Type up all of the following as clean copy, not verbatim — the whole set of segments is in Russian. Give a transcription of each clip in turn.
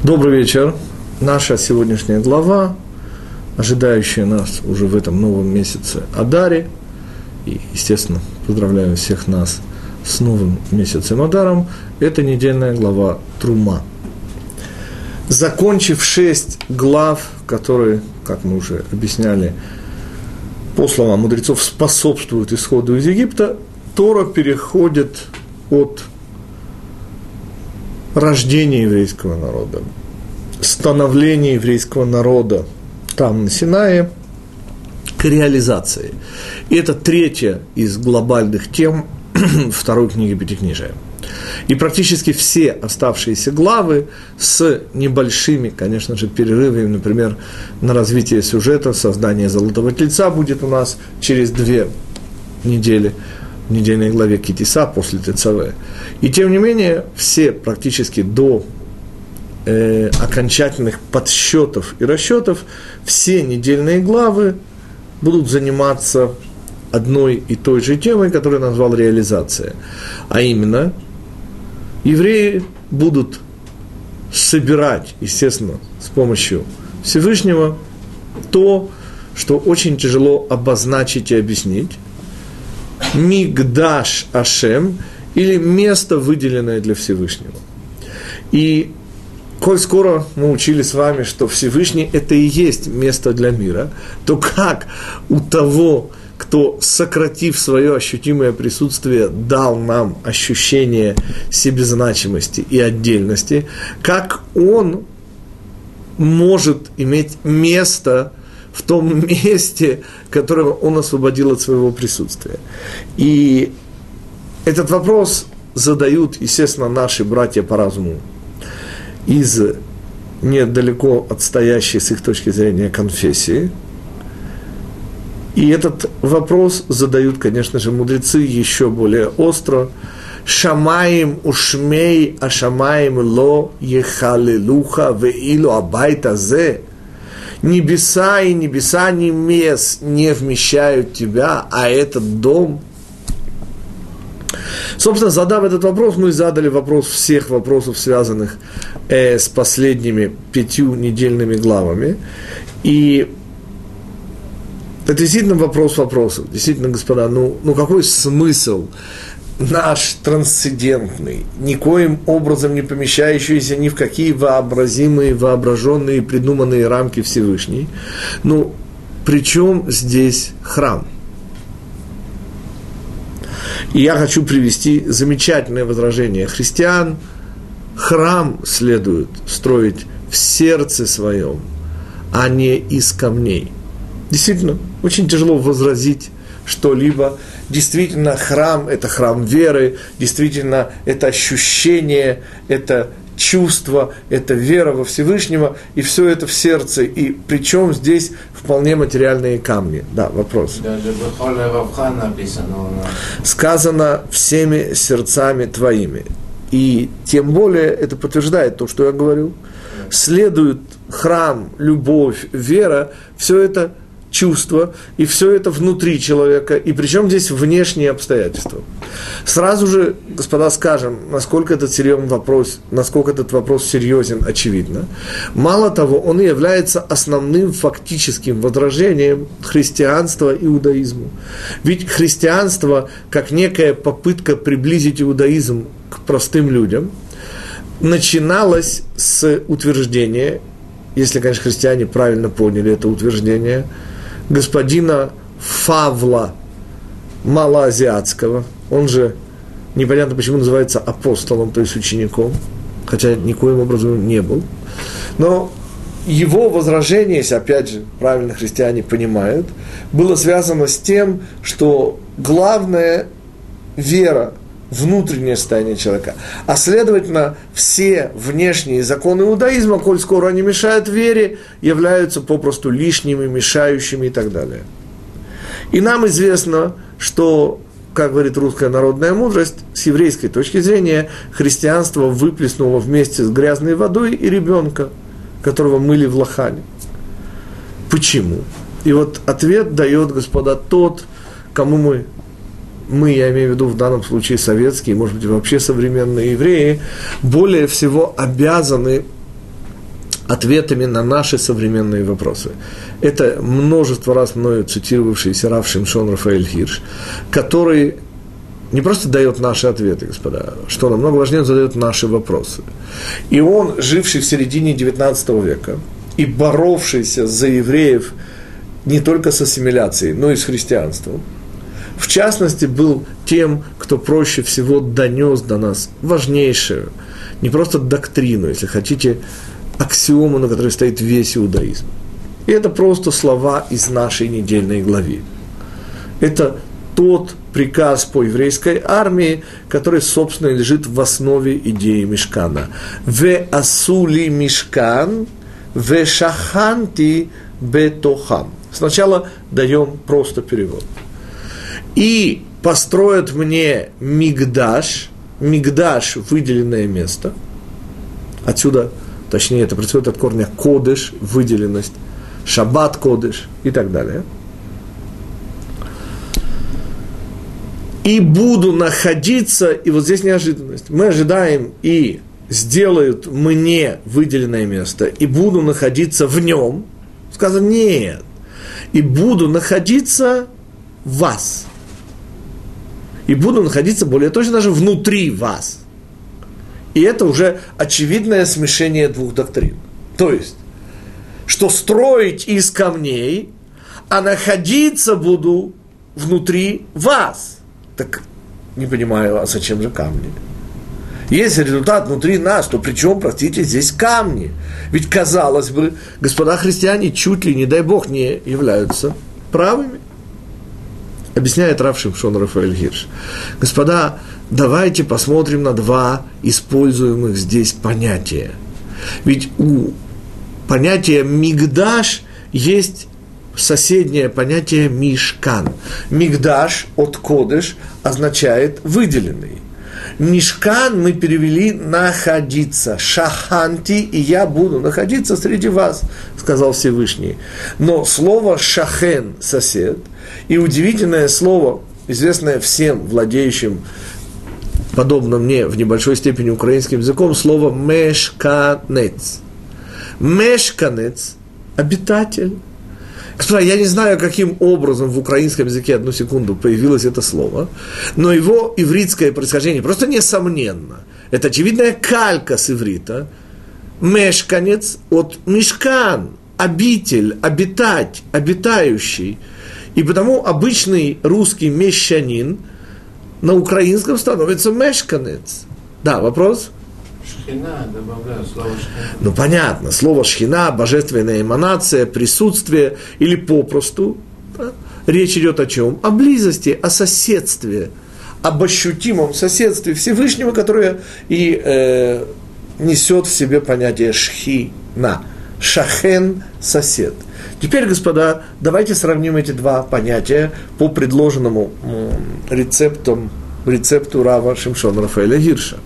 Добрый вечер. Наша сегодняшняя глава, ожидающая нас уже в этом новом месяце Адаре, и, естественно, поздравляю всех нас с новым месяцем Адаром, это недельная глава Трума. Закончив 6 глав, которые, как мы уже объясняли, по словам мудрецов, способствуют исходу из Египта, Тора переходит от рождения еврейского народа, становления еврейского народа там, на Синае, к реализации. И это третья из глобальных тем второй книги Пятикнижия. И практически все оставшиеся главы с небольшими, конечно же, перерывами, например, на развитие сюжета, создание Золотого Тельца будет у нас через 2 недели, в недельной главе Китиса после ТЦВ. И тем не менее, все практически до окончательных подсчетов и расчетов, все недельные главы будут заниматься одной и той же темой, которую я назвал реализация. А именно, евреи будут собирать, естественно, с помощью Всевышнего то, что очень тяжело обозначить и объяснить. Мигдаш Ашем, или место, выделенное для Всевышнего. И коль скоро мы учили с вами, что Всевышний – это и есть место для мира, то как у того, кто, сократив свое ощутимое присутствие, дал нам ощущение себезначимости и отдельности, как он может иметь место в том месте, которое он освободил от своего присутствия. И этот вопрос задают, естественно, наши братья по разуму из недалеко отстоящей с их точки зрения конфессии. И этот вопрос задают, конечно же, мудрецы еще более остро. «Шамаим ушмей, а шамаим ло ехалелуха веилу абайта зе». Небеса и небеса небес не вмещают тебя, а этот дом. Собственно, задав этот вопрос, мы задали вопрос всех вопросов, связанных с последними 5 недельными главами. И это действительно вопрос вопросов. Действительно, господа, ну какой смысл наш трансцендентный, никоим образом не помещающийся ни в какие вообразимые, воображенные, придуманные рамки Всевышней. Ну, при чем здесь храм? И я хочу привести замечательное возражение христиан. Храм следует строить в сердце своем, а не из камней. Действительно, очень тяжело возразить что-либо. Действительно, храм – это храм веры, действительно, это ощущение, это чувство, это вера во Всевышнего, и все это в сердце. И причем здесь вполне материальные камни. Да, вопрос. Даже в Равха написано. Сказано «всеми сердцами твоими». И тем более это подтверждает то, что я говорю. Следует храм, любовь, вера, все это чувства, и все это внутри человека, и причем здесь внешние обстоятельства. Сразу же, господа, скажем, насколько этот вопрос серьезен, очевидно. Мало того, он и является основным фактическим возражением христианства иудаизму. Ведь христианство, как некая попытка приблизить иудаизм к простым людям, начиналось с утверждения, если, конечно, христиане правильно поняли это утверждение, господина Фавла Малоазиатского, он же, непонятно почему называется апостолом, то есть учеником, хотя никоим образом не был. Но его возражение, если, опять же, правильно христиане понимают, было связано с тем, что главная вера, внутреннее состояние человека. А следовательно, все внешние законы иудаизма, коль скоро они мешают вере, являются попросту лишними, мешающими и так далее. И нам известно, что, как говорит русская народная мудрость, с еврейской точки зрения, христианство выплеснуло вместе с грязной водой и ребенка, которого мыли в лохане. Почему? И вот ответ дает, господа, тот, кому мы, я имею в виду в данном случае советские, может быть, вообще современные евреи, более всего обязаны ответами на наши современные вопросы. Это множество раз мною цитировавшийся Рав Шимшон Рафаэль Хирш, который не просто дает наши ответы, господа, что намного важнее, он задает наши вопросы. И он, живший в середине XIX века и боровшийся за евреев не только с ассимиляцией, но и с христианством, в частности, был тем, кто проще всего донес до нас важнейшую, не просто доктрину, если хотите, аксиому, на которой стоит весь иудаизм. И это просто слова из нашей недельной главы. Это тот приказ по еврейской армии, который, собственно, лежит в основе идеи Мишкана. «Ве асули мишкан, ве шаханти бетохам». Сначала даем просто перевод. «И построят мне мигдаш», мигдаш – выделенное место, отсюда, точнее, это происходит от корня кодеш, выделенность, шаббат кодеш и так далее. И буду находиться, и вот здесь неожиданность, мы ожидаем, и сделают мне выделенное место, и буду находиться в нем, сказано нет, и буду находиться в вас, и буду находиться, более точно, даже внутри вас. И это уже очевидное смешение двух доктрин. То есть, что строить из камней, а находиться буду внутри вас. Так, не понимаю, а зачем же камни? Если результат внутри нас, то при чем, простите, здесь камни? Ведь, казалось бы, господа христиане чуть ли, не дай Бог, не являются правыми. Объясняет Рав Шимшон Рафаэль Хирш. Господа, давайте посмотрим на два используемых здесь понятия. Ведь у понятия «мигдаш» есть соседнее понятие «мишкан». «Мигдаш» от «кодеш» означает «выделенный». «Мишкан» мы перевели «находиться». «Шаханти» и «я буду находиться среди вас», сказал Всевышний. Но слово «шахен» – «сосед», и удивительное слово, известное всем владеющим, подобно мне в небольшой степени украинским языком, слово «мешканец». «Мешканец» – обитатель. Господа, я не знаю, каким образом в украинском языке, одну секунду, появилось это слово, но его ивритское происхождение просто несомненно. Это очевидная калька с иврита. Мешканец от мишкан, обитель, обитать, обитающий. И потому обычный русский мещанин на украинском становится мешканец. Да, вопрос? Шхина, добавляю слово шхина. Ну, понятно, слово шхина, божественная эманация, присутствие или попросту. Да? Речь идет о чем? О близости, о соседстве, об ощутимом соседстве Всевышнего, которое и несет в себе понятие шхина. Шахен – сосед. Теперь, господа, давайте сравним эти два понятия по предложенному рецепту Рава Шимшона Рафаэля Хирша.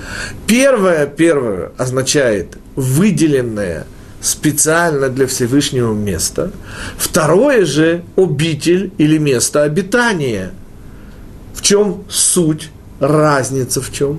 Первое означает выделенное специально для Всевышнего место. Второе же – обитель или место обитания. В чем суть, разница в чем?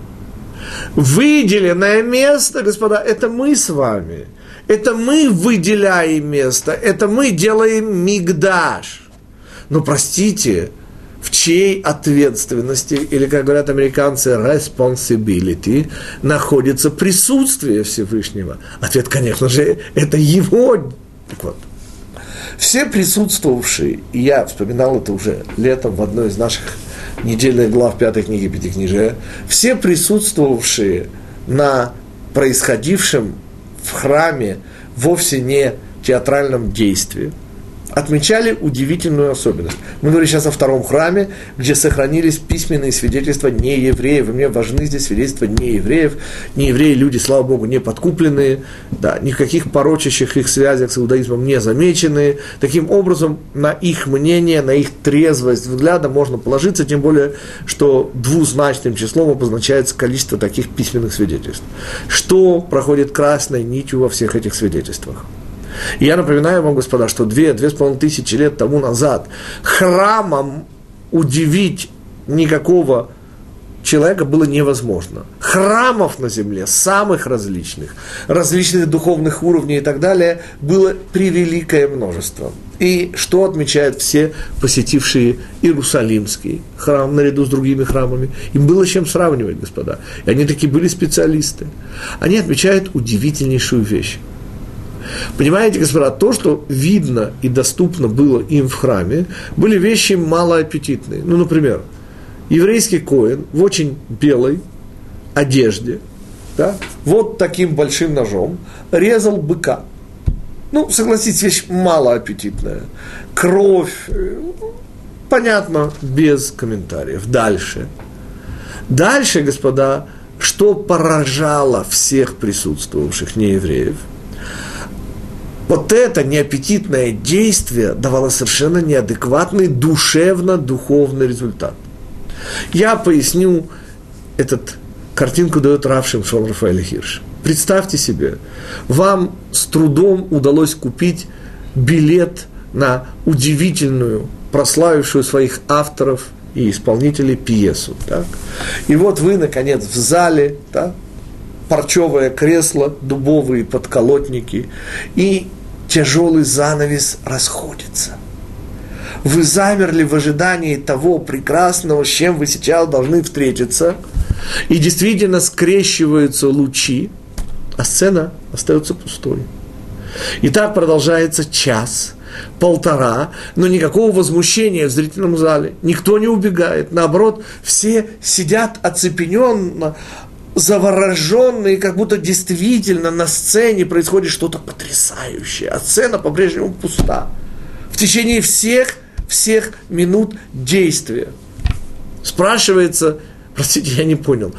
Выделенное место, господа, это мы с вами. Это мы выделяем место, это мы делаем мигдаш. Но, простите, в чьей ответственности, или, как говорят американцы, responsibility, находится присутствие Всевышнего? Ответ, конечно же, это его. Так вот, все присутствовавшие, и я вспоминал это уже летом в одной из наших недельных глав 5 книги Пятикнижия, все присутствовавшие на происходившем в храме вовсе не театральном действии, отмечали удивительную особенность. Мы говорим сейчас о втором храме, где сохранились письменные свидетельства неевреев. И мне важны здесь свидетельства неевреев. Неевреи – люди, слава Богу, не подкупленные, да, ни в каких порочащих их связях с иудаизмом не замеченные. Таким образом, на их мнение, на их трезвость взгляда можно положиться, тем более, что двузначным числом обозначается количество таких письменных свидетельств. Что проходит красной нитью во всех этих свидетельствах? И я напоминаю вам, господа, что 2,5 лет тому назад храмом удивить никакого человека было невозможно. Храмов на земле, самых различных духовных уровней и так далее, было превеликое множество. И что отмечают все посетившие Иерусалимский храм наряду с другими храмами? Им было с чем сравнивать, господа. И они такие были специалисты. Они отмечают удивительнейшую вещь. Понимаете, господа, то, что видно и доступно было им в храме, были вещи малоаппетитные. Ну, например, еврейский коэн в очень белой одежде, да, вот таким большим ножом резал быка. Ну, согласитесь, вещь малоаппетитная. Кровь, понятно, без комментариев. Дальше, господа, что поражало всех присутствовавших неевреев, вот это неаппетитное действие давало совершенно неадекватный душевно-духовный результат. Я поясню, картинку дает Рав Шимшон Рафаэль Хирш. Представьте себе, вам с трудом удалось купить билет на удивительную, прославившую своих авторов и исполнителей пьесу. Так? И вот вы, наконец, в зале, так? Парчевое кресло, дубовые подколотники, и тяжелый занавес расходится. Вы замерли в ожидании того прекрасного, с чем вы сейчас должны встретиться, и действительно скрещиваются лучи, а сцена остается пустой. И так продолжается час, полтора, но никакого возмущения в зрительном зале. Никто не убегает, наоборот, все сидят оцепененно, завороженные, как будто действительно на сцене происходит что-то потрясающее, а сцена по-прежнему пуста. В течение всех минут действия. Спрашивается, простите, я не понял,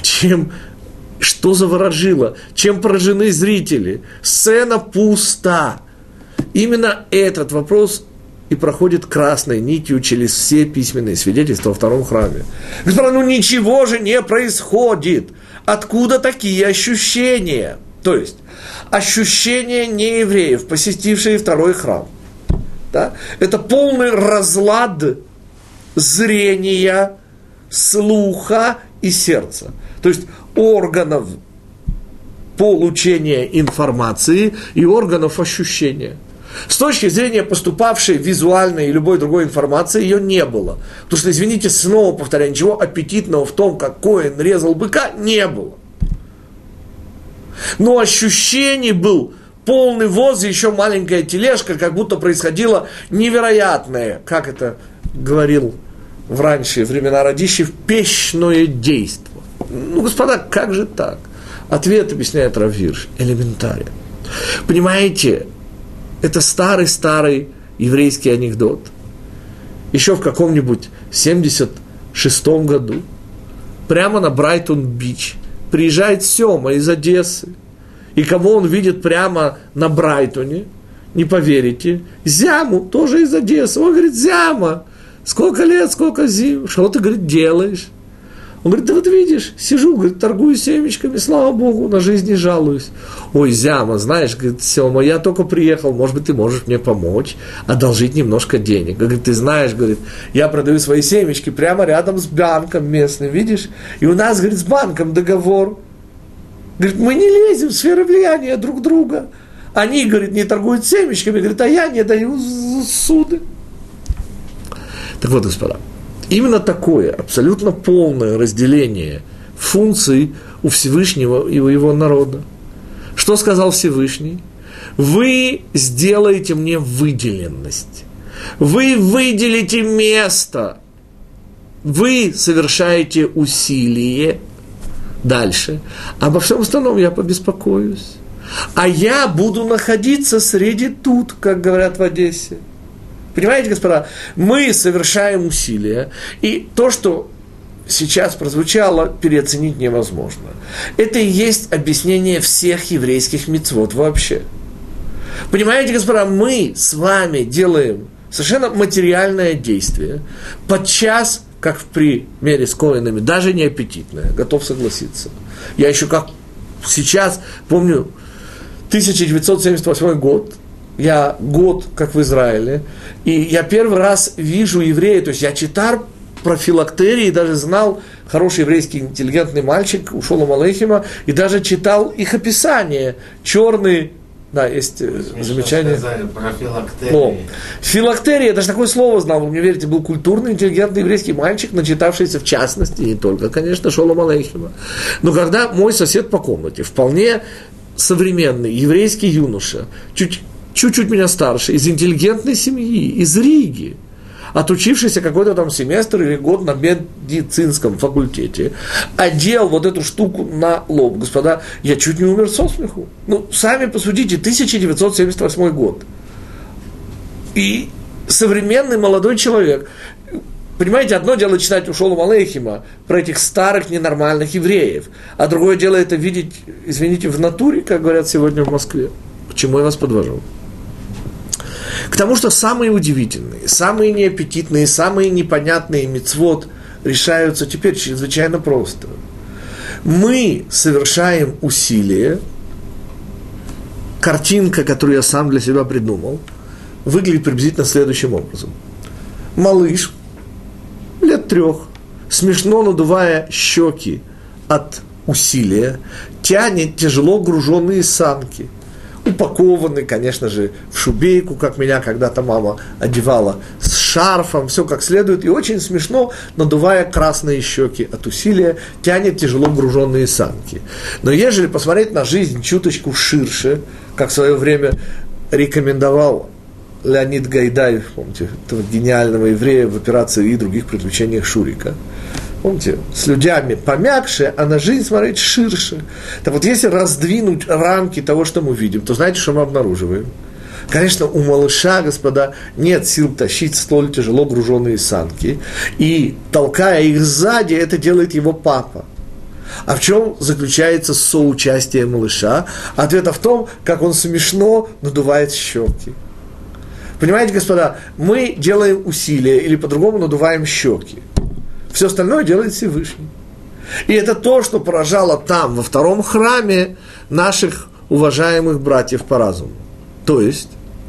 что заворожило, чем поражены зрители? Сцена пуста. Именно этот вопрос и проходит красной нитью через все письменные свидетельства во втором храме. Господа, ничего же не происходит. Откуда такие ощущения? То есть, ощущения неевреев, посетившие второй храм. Да? Это полный разлад зрения, слуха и сердца. То есть, органов получения информации и органов ощущения. С точки зрения поступавшей визуальной и любой другой информации ее не было. Потому что, извините, снова повторяю, ничего аппетитного в том, как коэн резал быка, не было. Но ощущений был полный воз и еще маленькая тележка, как будто происходило невероятное, как это говорил в ранние времена Радищев, пещное действо. Ну, господа, как же так? Ответ объясняет Рав Хирш, элементарен. Понимаете, это старый еврейский анекдот. Еще в каком-нибудь 76-м году прямо на Брайтон-Бич приезжает Сема из Одессы. И кого он видит прямо на Брайтоне, не поверите, Зяму, тоже из Одессы. Он говорит, Зяма, сколько лет, сколько зим, что ты, говорит, делаешь? Он говорит, да вот видишь, сижу, говорит, торгую семечками, слава Богу, на жизнь не жалуюсь. Ой, Зяма, знаешь, говорит, Сема, я только приехал, может быть, ты можешь мне помочь, одолжить немножко денег. Говорит, ты знаешь, говорит, я продаю свои семечки прямо рядом с банком местным, видишь? И у нас, говорит, с банком договор. Говорит, мы не лезем в сферы влияния друг друга. Они, говорит, не торгуют семечками, говорит, а я не даю суды. Так вот, господа, именно такое абсолютно полное разделение функций у Всевышнего и у его народа. Что сказал Всевышний? Вы сделаете мне выделенность. Вы выделите место. Вы совершаете усилие. Дальше. Обо всем остальном я побеспокоюсь. А я буду находиться среди тут, как говорят в Одессе. Понимаете, господа, мы совершаем усилия, и то, что сейчас прозвучало, переоценить невозможно. Это и есть объяснение всех еврейских мицвот вообще. Понимаете, господа, мы с вами делаем совершенно материальное действие, подчас, как в примере с коэнами, даже не аппетитное, готов согласиться. Я еще как сейчас помню 1978 год, я год, как в Израиле, и я первый раз вижу еврея, то есть я читал про филактерии, даже знал хороший еврейский интеллигентный мальчик у Шолома Алейхима и даже читал их описание. Черный, да, есть замечание. Про филактерии. Филактерия, я даже такое слово знал, вы мне верите, был культурный, интеллигентный еврейский мальчик, начитавшийся в частности, не только, конечно, Шолома Алейхима. Но когда мой сосед по комнате, вполне современный еврейский юноша, чуть-чуть меня старше, из интеллигентной семьи, из Риги, отучившийся какой-то там семестр или год на медицинском факультете, одел вот эту штуку на лоб. Господа, я чуть не умер со смеху. Ну, сами посудите, 1978 год. И современный молодой человек, понимаете, одно дело читать у Шолома Алейхима про этих старых ненормальных евреев, а другое дело это видеть, извините, в натуре, как говорят сегодня в Москве. К чему я вас подвожу? К тому, что самые удивительные, самые неаппетитные, самые непонятные мицвот решаются теперь чрезвычайно просто. Мы совершаем усилие, картинка, которую я сам для себя придумал, выглядит приблизительно следующим образом. Малыш, лет 3, смешно надувая щеки от усилия, тянет тяжело груженные санки, упакованный, конечно же, в шубейку, как меня когда-то мама одевала, с шарфом, все как следует, и очень смешно, надувая красные щеки от усилия, тянет тяжело груженные санки. Но ежели посмотреть на жизнь чуточку ширше, как в свое время рекомендовал Леонид Гайдай, помните, этого гениального еврея в операции и других приключениях Шурика, помните, с людьми помягче, а на жизнь смотреть ширше. Так вот, если раздвинуть рамки того, что мы видим, то знаете, что мы обнаруживаем? Конечно, у малыша, господа, нет сил тащить столь тяжело груженные санки, и, толкая их сзади, это делает его папа. А в чем заключается соучастие малыша? Ответ в том, как он смешно надувает щеки. Понимаете, господа, мы делаем усилия, или по-другому надуваем щеки. Все остальное делает Всевышний. И это то, что поражало там, во втором храме, наших уважаемых братьев по разуму. То есть,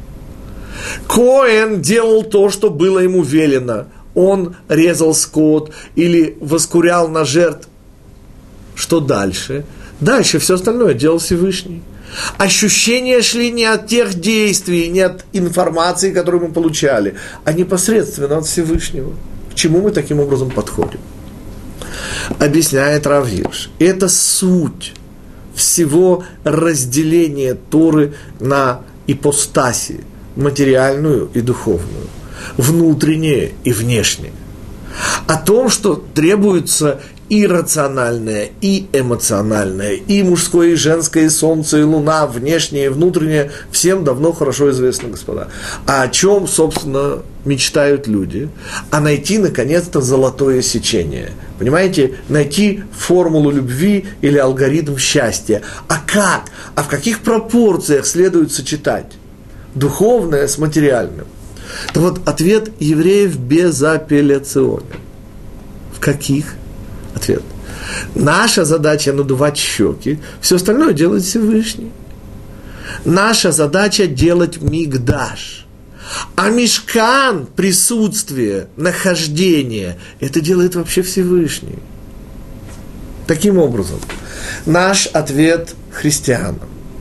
Коэн делал то, что было ему велено. Он резал скот или воскурял на жертв. Что дальше? Дальше все остальное делал Всевышний. Ощущения шли не от тех действий, не от информации, которую мы получали, а непосредственно от Всевышнего. К чему мы таким образом подходим? Объясняет Рав Гирш. Это суть всего разделения Торы на ипостаси, материальную и духовную, внутреннее и внешнее. О том, что требуется и рациональное, и эмоциональное, и мужское, и женское, и солнце, и луна, внешнее и внутреннее, всем давно хорошо известно, господа. А о чем, собственно, мечтают люди? А найти, наконец-то, золотое сечение. Понимаете? Найти формулу любви или алгоритм счастья. А как? А в каких пропорциях следует сочетать духовное с материальным? Так вот, ответ евреев безапелляционен. В каких? Ответ. Наша задача надувать щеки, все остальное делает Всевышний. Наша задача делать мигдаш. А мишкан, присутствие, нахождение, это делает вообще Всевышний. Таким образом, наш ответ христианам.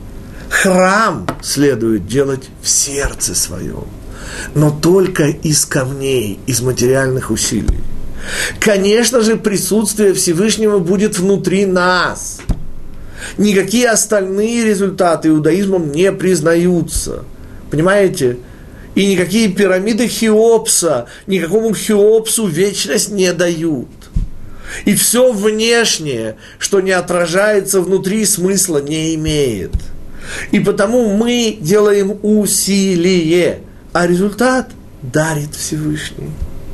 Храм следует делать в сердце своем, но только из камней, из материальных усилий. Конечно же, присутствие Всевышнего будет внутри нас. Никакие остальные результаты иудаизмом не признаются. Понимаете? И никакие пирамиды Хеопса, никакому Хеопсу вечность не дают. И все внешнее, что не отражается внутри, смысла не имеет. И потому мы делаем усилие, а результат дарит Всевышний.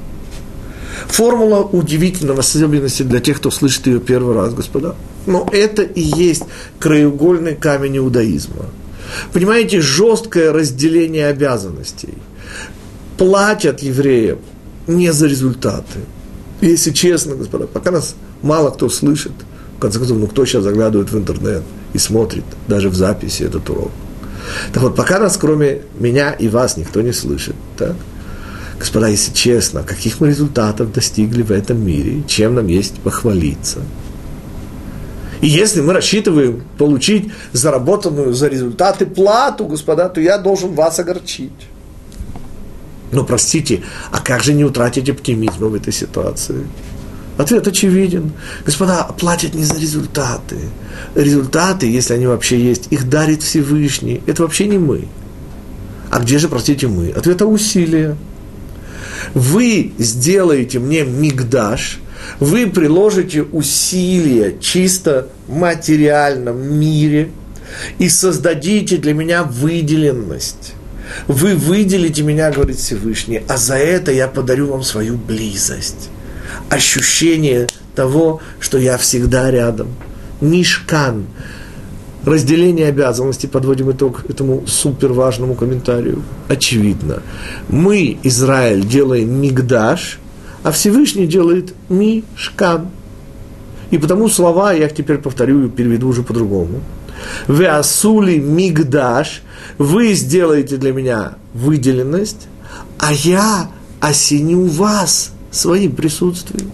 Формула удивительна, в особенности для тех, кто слышит ее первый раз, господа. Но это и есть краеугольный камень иудаизма. Понимаете, жесткое разделение обязанностей. Платят евреям не за результаты. Если честно, господа, пока нас мало кто слышит, в конце концов, кто сейчас заглядывает в интернет и смотрит даже в записи этот урок. Так вот, пока нас, кроме меня и вас, никто не слышит, так? Господа, если честно, каких мы результатов достигли в этом мире, чем нам есть похвалиться? И если мы рассчитываем получить заработанную за результаты плату, господа, то я должен вас огорчить. Но простите, а как же не утратить оптимизма в этой ситуации? Ответ очевиден. Господа, платят не за результаты. Результаты, если они вообще есть, их дарит Всевышний. Это вообще не мы. А где же, простите, мы? Ответ – усилия. Вы сделаете мне мигдаш, вы приложите усилия чисто в материальном мире и создадите для меня выделенность. Вы выделите меня, говорит Всевышний, а за это я подарю вам свою близость. Ощущение того, что я всегда рядом. Мишкан. Разделение обязанностей, подводим итог этому суперважному комментарию. Очевидно. Мы, Израиль, делаем мигдаш, а Всевышний делает мишкан. И потому слова, я их теперь повторю и переведу уже по-другому. Вы асули мигдаш, вы сделаете для меня выделенность, а я осеню вас своим присутствием.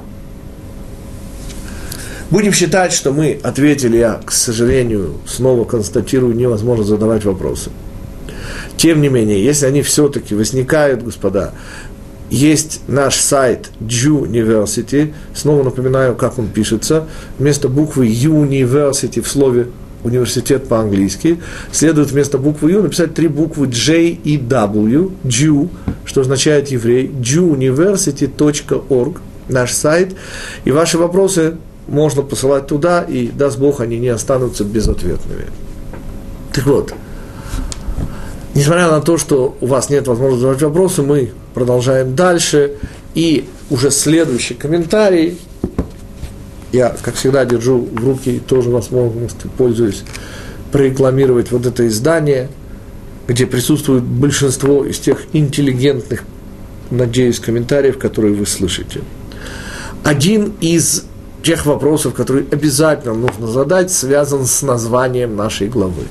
Будем считать, что мы ответили, я, к сожалению, снова констатирую, невозможно задавать вопросы. Тем не менее, если они все-таки возникают, господа, есть наш сайт Juniversity, снова напоминаю, как он пишется, вместо буквы University в слове университет по-английски, следует вместо буквы U написать 3 буквы J и W, Jew, что означает еврей, juniversity.org, наш сайт, и ваши вопросы можно посылать туда, и, даст Бог, они не останутся безответными. Так вот, несмотря на то, что у вас нет возможности задавать вопросы, мы продолжаем дальше, и уже следующий комментарий, я, как всегда, держу в руки, тоже возможностью пользуюсь, прорекламировать вот это издание, где присутствует большинство из тех интеллигентных, надеюсь, комментариев, которые вы слышите. Один из тех вопросов, которые обязательно нужно задать, связан с названием нашей главы.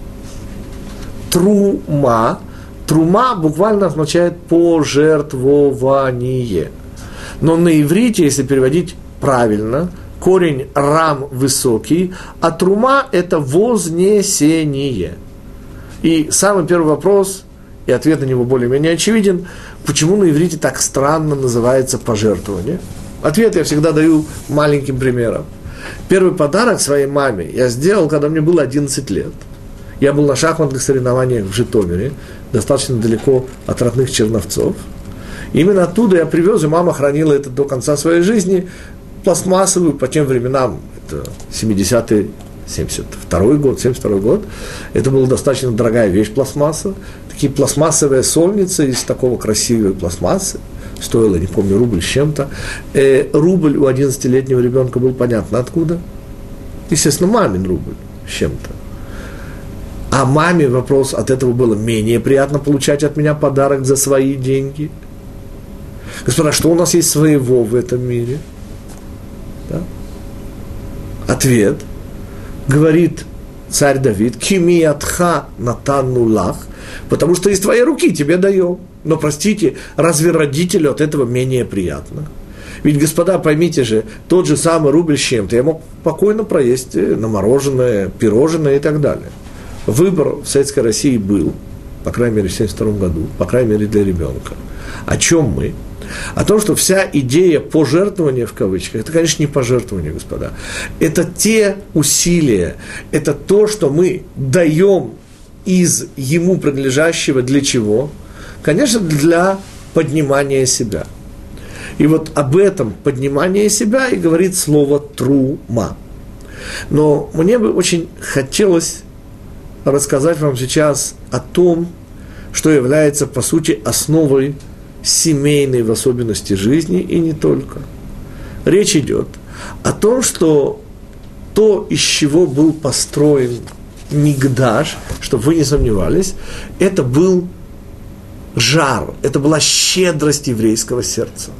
Трума. Трума буквально означает пожертвование. Но на иврите, если переводить правильно, корень рам высокий, а трума – это вознесение. И самый первый вопрос, и ответ на него более-менее очевиден, почему на иврите так странно называется пожертвование? Ответ я всегда даю маленьким примером. Первый подарок своей маме я сделал, когда мне было 11 лет. Я был на шахматных соревнованиях в Житомире, достаточно далеко от родных Черновцов. И именно оттуда я привез, и мама хранила это до конца своей жизни, пластмассовую, по тем временам, это 70-е, 72-й год, 72-й год, это была достаточно дорогая вещь, пластмасса, такие пластмассовые сольницы из такого красивой пластмассы, стоило, не помню, рубль с чем-то. Рубль у 11-летнего ребенка был понятно откуда. Естественно, мамин рубль с чем-то. А маме вопрос от этого было менее приятно получать от меня подарок за свои деньги. Господа, что у нас есть своего в этом мире? Да? Ответ. Говорит царь Давид, «Кими атха натанну лах», потому что из твоей руки тебе даем. Но, простите, разве родителю от этого менее приятно? Ведь, господа, поймите же, тот же самый рубль с чем-то я мог спокойно проесть на мороженое, пирожное и так далее. Выбор в Советской России был, по крайней мере, в 1972 году, по крайней мере, для ребенка. О чем мы? О том, что вся идея пожертвования, в кавычках, это, конечно, не пожертвование, господа. Это те усилия, это то, что мы даем из ему принадлежащего для чего? Конечно, для поднимания себя. И вот об этом поднимании себя и говорит слово «трума». Но мне бы очень хотелось рассказать вам сейчас о том, что является, по сути, основой семейной в особенности жизни и не только. Речь идет о том, что то, из чего был построен мигдаш, чтобы вы не сомневались, это был жар, это была щедрость еврейского сердца.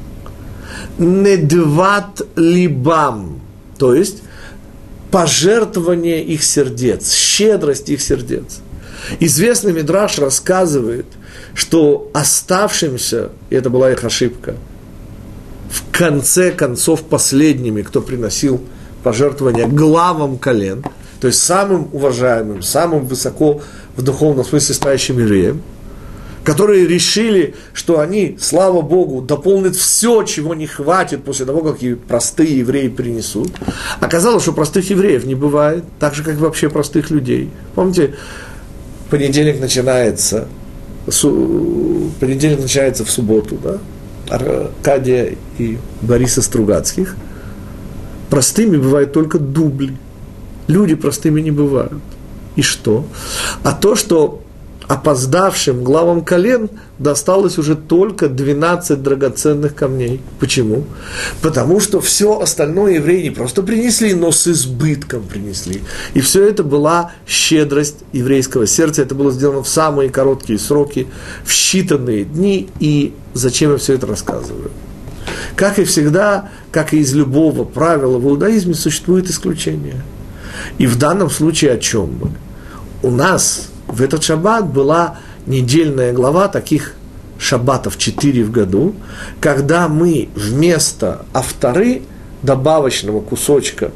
Недват либам, то есть пожертвование их сердец, щедрость их сердец. Известный мидраш рассказывает, что оставшимся, и это была их ошибка, в конце концов последними, кто приносил пожертвования главам колен, то есть самым уважаемым, самым высоко в духовном смысле стоящим евреям, которые решили, что они, слава Богу, дополнят все, чего не хватит после того, как и простые евреи принесут. Оказалось, что простых евреев не бывает, так же, как и вообще простых людей. Помните, понедельник начинается в субботу, да? Аркадия и Бориса Стругацких. Простыми бывают только дубли. Люди простыми не бывают. И что? А то, что опоздавшим главам колен досталось уже только 12 драгоценных камней. Почему? Потому что все остальное евреи не просто принесли, но с избытком принесли. И все это была щедрость еврейского сердца. Это было сделано в самые короткие сроки, в считанные дни. И зачем я все это рассказываю? Как и всегда, как и из любого правила в иудаизме, существует исключение. И в данном случае о чем мы? У нас в этот шаббат была недельная глава, таких шаббатов 4 в году, когда мы вместо авторы, добавочного кусочка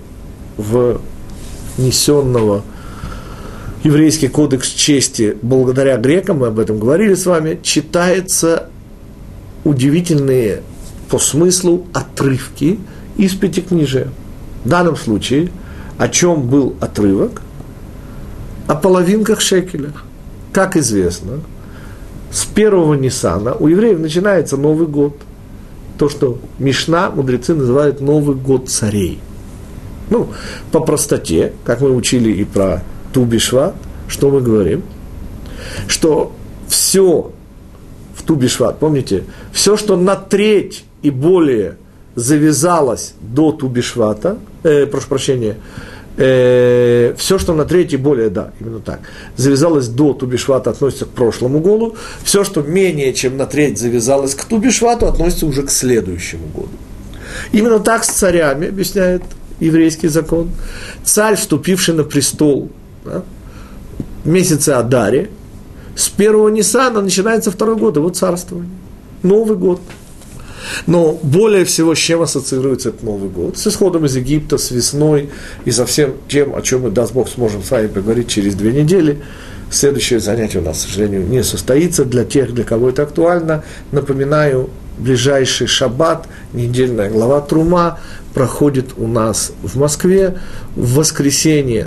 внесенного в еврейский кодекс чести благодаря грекам, мы об этом говорили с вами, читается удивительные по смыслу отрывки из Пятикнижия. В данном случае о чем был отрывок? О половинках шекеля. Как известно, с первого Ниссана у евреев начинается Новый год. То, что Мишна, мудрецы называют Новый год царей. Ну, по простоте, как мы учили и про Ту-би-Шват, что мы говорим? Что все в Ту-би-Шват, помните, все, что на треть и более завязалось до Ту-би-Швата, прошу прощения, все, что на треть и более, да, именно так, завязалось до Ту-би-Швата, относится к прошлому году, все, что менее чем на треть завязалось к Ту-би-Швату, относится уже к следующему году. Именно так с царями, объясняет еврейский закон. Царь, вступивший на престол, да, в месяце Адаре, с первого Ниссана начинается второй год, его царствование, Новый год. Но более всего, с чем ассоциируется этот Новый год? С исходом из Египта, с весной и со всем тем, о чем мы, даст Бог, сможем с вами поговорить через 2 недели. Следующее занятие у нас, к сожалению, не состоится. Для тех, для кого это актуально, напоминаю, ближайший шаббат, недельная глава Трума, проходит у нас в Москве. В воскресенье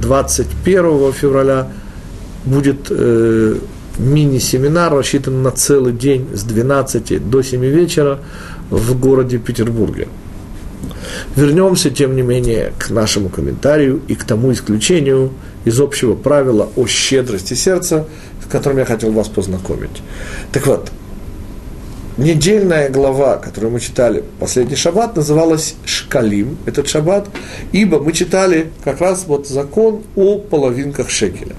21 февраля будет мини-семинар, рассчитан на целый день с 12 до 7 вечера в городе Петербурге. Вернемся, тем не менее, к нашему комментарию и к тому исключению из общего правила о щедрости сердца, с которым я хотел вас познакомить. Так вот, недельная глава, которую мы читали последний шаббат, называлась Шкалим, этот шаббат, ибо мы читали как раз вот закон о половинках шекеля.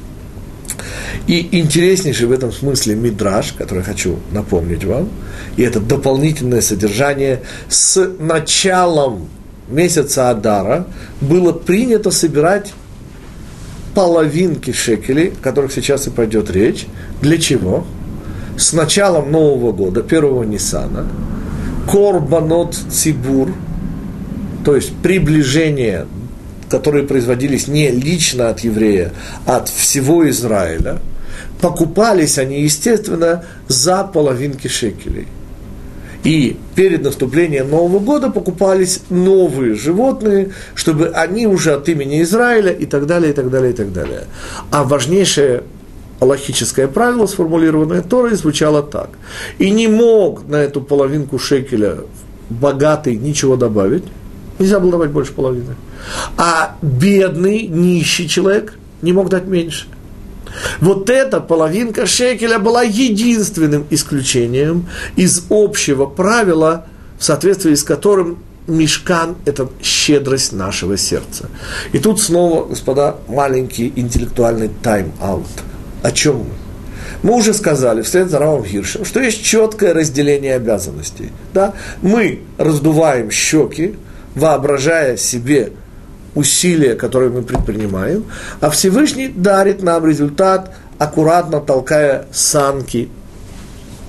И интереснейший в этом смысле мидраш, который я хочу напомнить вам, и это дополнительное содержание, с началом месяца Адара было принято собирать половинки шекелей, о которых сейчас и пойдет речь. Для чего? С началом Нового года, 1 Ниссана, корбанот цибур, то есть приближение, которые производились не лично от еврея, а от всего Израиля, покупались они, естественно, за половинки шекелей. И перед наступлением Нового года покупались новые животные, чтобы они уже от имени Израиля и так далее, и так далее, и так далее. А важнейшее алахическое правило, сформулированное Торой, звучало так. И не мог на эту половинку шекеля богатый ничего добавить, нельзя было давать больше половины. А бедный, нищий человек не мог дать меньше. Вот эта половинка шекеля была единственным исключением из общего правила, в соответствии с которым мишкан – это щедрость нашего сердца. И тут снова, господа, маленький интеллектуальный тайм-аут. О чем мы? Мы уже сказали, вслед за Равом Гиршем, что есть четкое разделение обязанностей. Да? Мы раздуваем щеки, воображая себе усилия, которые мы предпринимаем, а Всевышний дарит нам результат, аккуратно толкая санки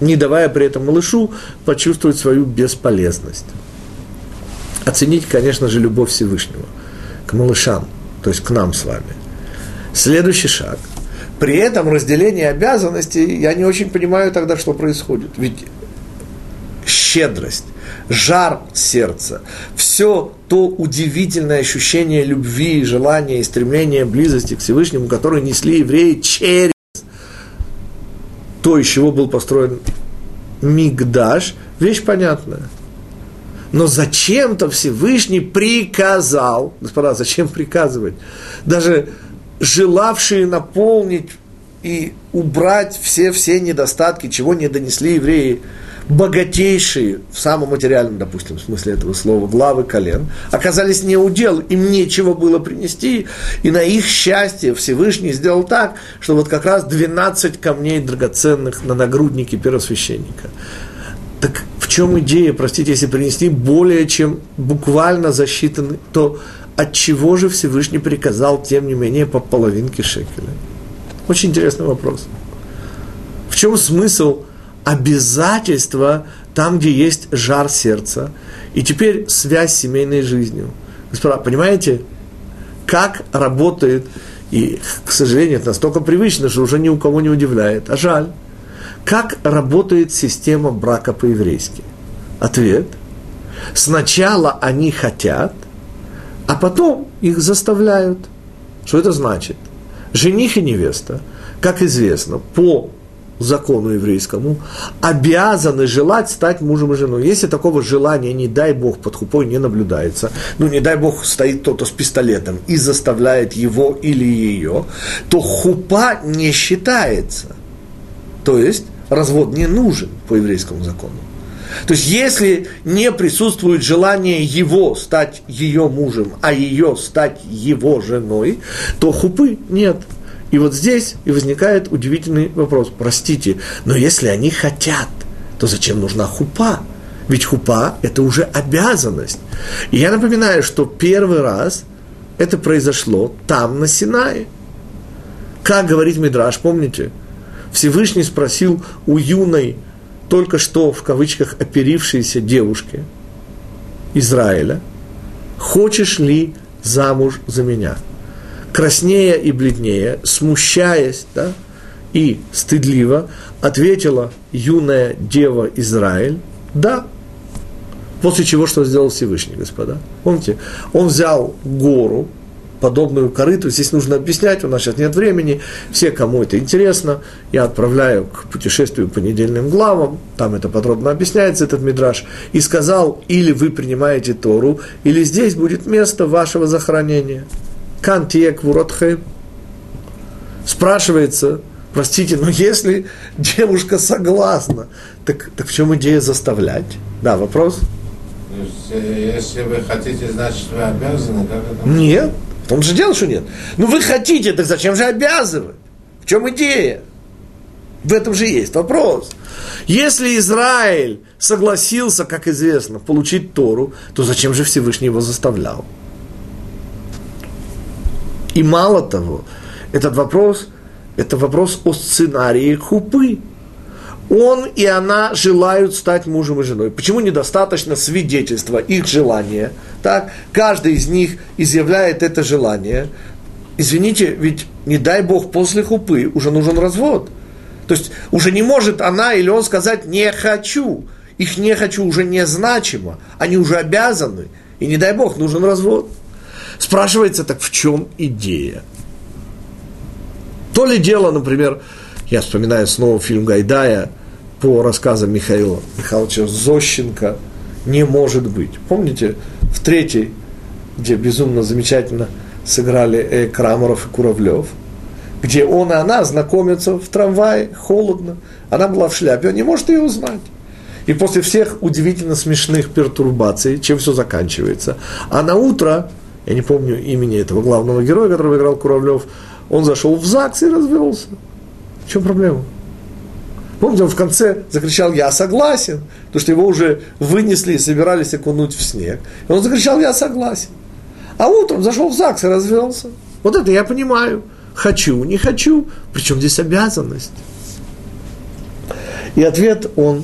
не давая при этом малышу почувствовать свою бесполезность. Оцените, конечно же, любовь Всевышнего к малышам, то есть к нам с вами. Следующий шаг. При этом разделение обязанностей, я не очень понимаю тогда, что происходит. Ведь щедрость, жар сердца, все то удивительное ощущение любви, желания и стремления близости к Всевышнему, которое несли евреи через то, из чего был построен Микдаш, вещь понятная. Но зачем-то Всевышний приказал, господа, зачем приказывать? Даже желавшие наполнить и убрать все недостатки, чего не донесли евреи, богатейшие в самом материальном, допустим, смысле этого слова, главы колен, оказались не у дел, им нечего было принести, и на их счастье Всевышний сделал так, что вот как раз 12 камней драгоценных на нагруднике первосвященника. Так в чем идея, простите, если принести более чем буквально засчитанный, то от чего же Всевышний приказал, тем не менее, по половинке шекеля? Очень интересный вопрос. В чем смысл обязательства там, где есть жар сердца, и теперь связь с семейной жизнью? Господа, понимаете, как работает, и, к сожалению, это настолько привычно, что уже ни у кого не удивляет, а жаль. Как работает система брака по-еврейски? Ответ. Сначала они хотят, а потом их заставляют. Что это значит? Жених и невеста, как известно, по закону еврейскому, обязаны желать стать мужем и женой. Если такого желания, не дай Бог, под хупой не наблюдается, не дай Бог, стоит кто-то с пистолетом и заставляет его или ее, то хупа не считается. То есть развод не нужен по еврейскому закону. То есть, если не присутствует желание его стать ее мужем, а ее стать его женой, то хупы нет. И вот здесь и возникает удивительный вопрос. Простите, но если они хотят, то зачем нужна хупа? Ведь хупа – это уже обязанность. И я напоминаю, что первый раз это произошло там, на Синае. Как говорит Мидраш, помните? Всевышний спросил у юной, только что, в кавычках, оперившейся девушки Израиля: «Хочешь ли замуж за меня?» Краснея и бледнее, смущаясь, да, и стыдливо, ответила юная дева Израиль: «Да». После чего что сделал Всевышний, господа? Помните, он взял гору, подобную корыту. Здесь нужно объяснять, у нас сейчас нет времени. Все, кому это интересно, я отправляю к путешествию по недельным главам, там это подробно объясняется, этот мидраш, и сказал: или вы принимаете Тору, или здесь будет место вашего захоронения. Кан тие квуротхэ. Спрашивается, простите, но если девушка согласна, так в чем идея заставлять? Да, вопрос? Если вы хотите, значит, вы обязаны, как это? Нет. В том же дело, что нет. Вы хотите, так зачем же обязывать? В чем идея? В этом же есть вопрос. Если Израиль согласился, как известно, получить Тору, то зачем же Всевышний его заставлял? И мало того, это вопрос о сценарии хупы. Он и она желают стать мужем и женой. Почему недостаточно свидетельства их желания? Так, каждый из них изъявляет это желание. Извините, ведь не дай Бог после хупы уже нужен развод. То есть уже не может она или он сказать «не хочу». Их «не хочу» уже не значимо. Они уже обязаны. И не дай Бог нужен развод. Спрашивается, так в чем идея? То ли дело, например, я вспоминаю снова фильм Гайдая по рассказам Михаила Михайловича Зощенко «Не может быть». Помните, в третьей, где безумно замечательно сыграли Крамаров и Куравлев, где он и она знакомятся в трамвае, холодно, она была в шляпе, он не может ее узнать. И после всех удивительно смешных пертурбаций, чем все заканчивается, а на утро, я не помню имени этого главного героя, которого играл Куравлев, он зашел в ЗАГС и развелся. В чем проблема? Помните, он в конце закричал «Я согласен», потому что его уже вынесли и собирались окунуть в снег. И он закричал «Я согласен». А утром зашел в ЗАГС и развелся. Вот это я понимаю. Хочу, не хочу. Причем здесь обязанность. И ответ, он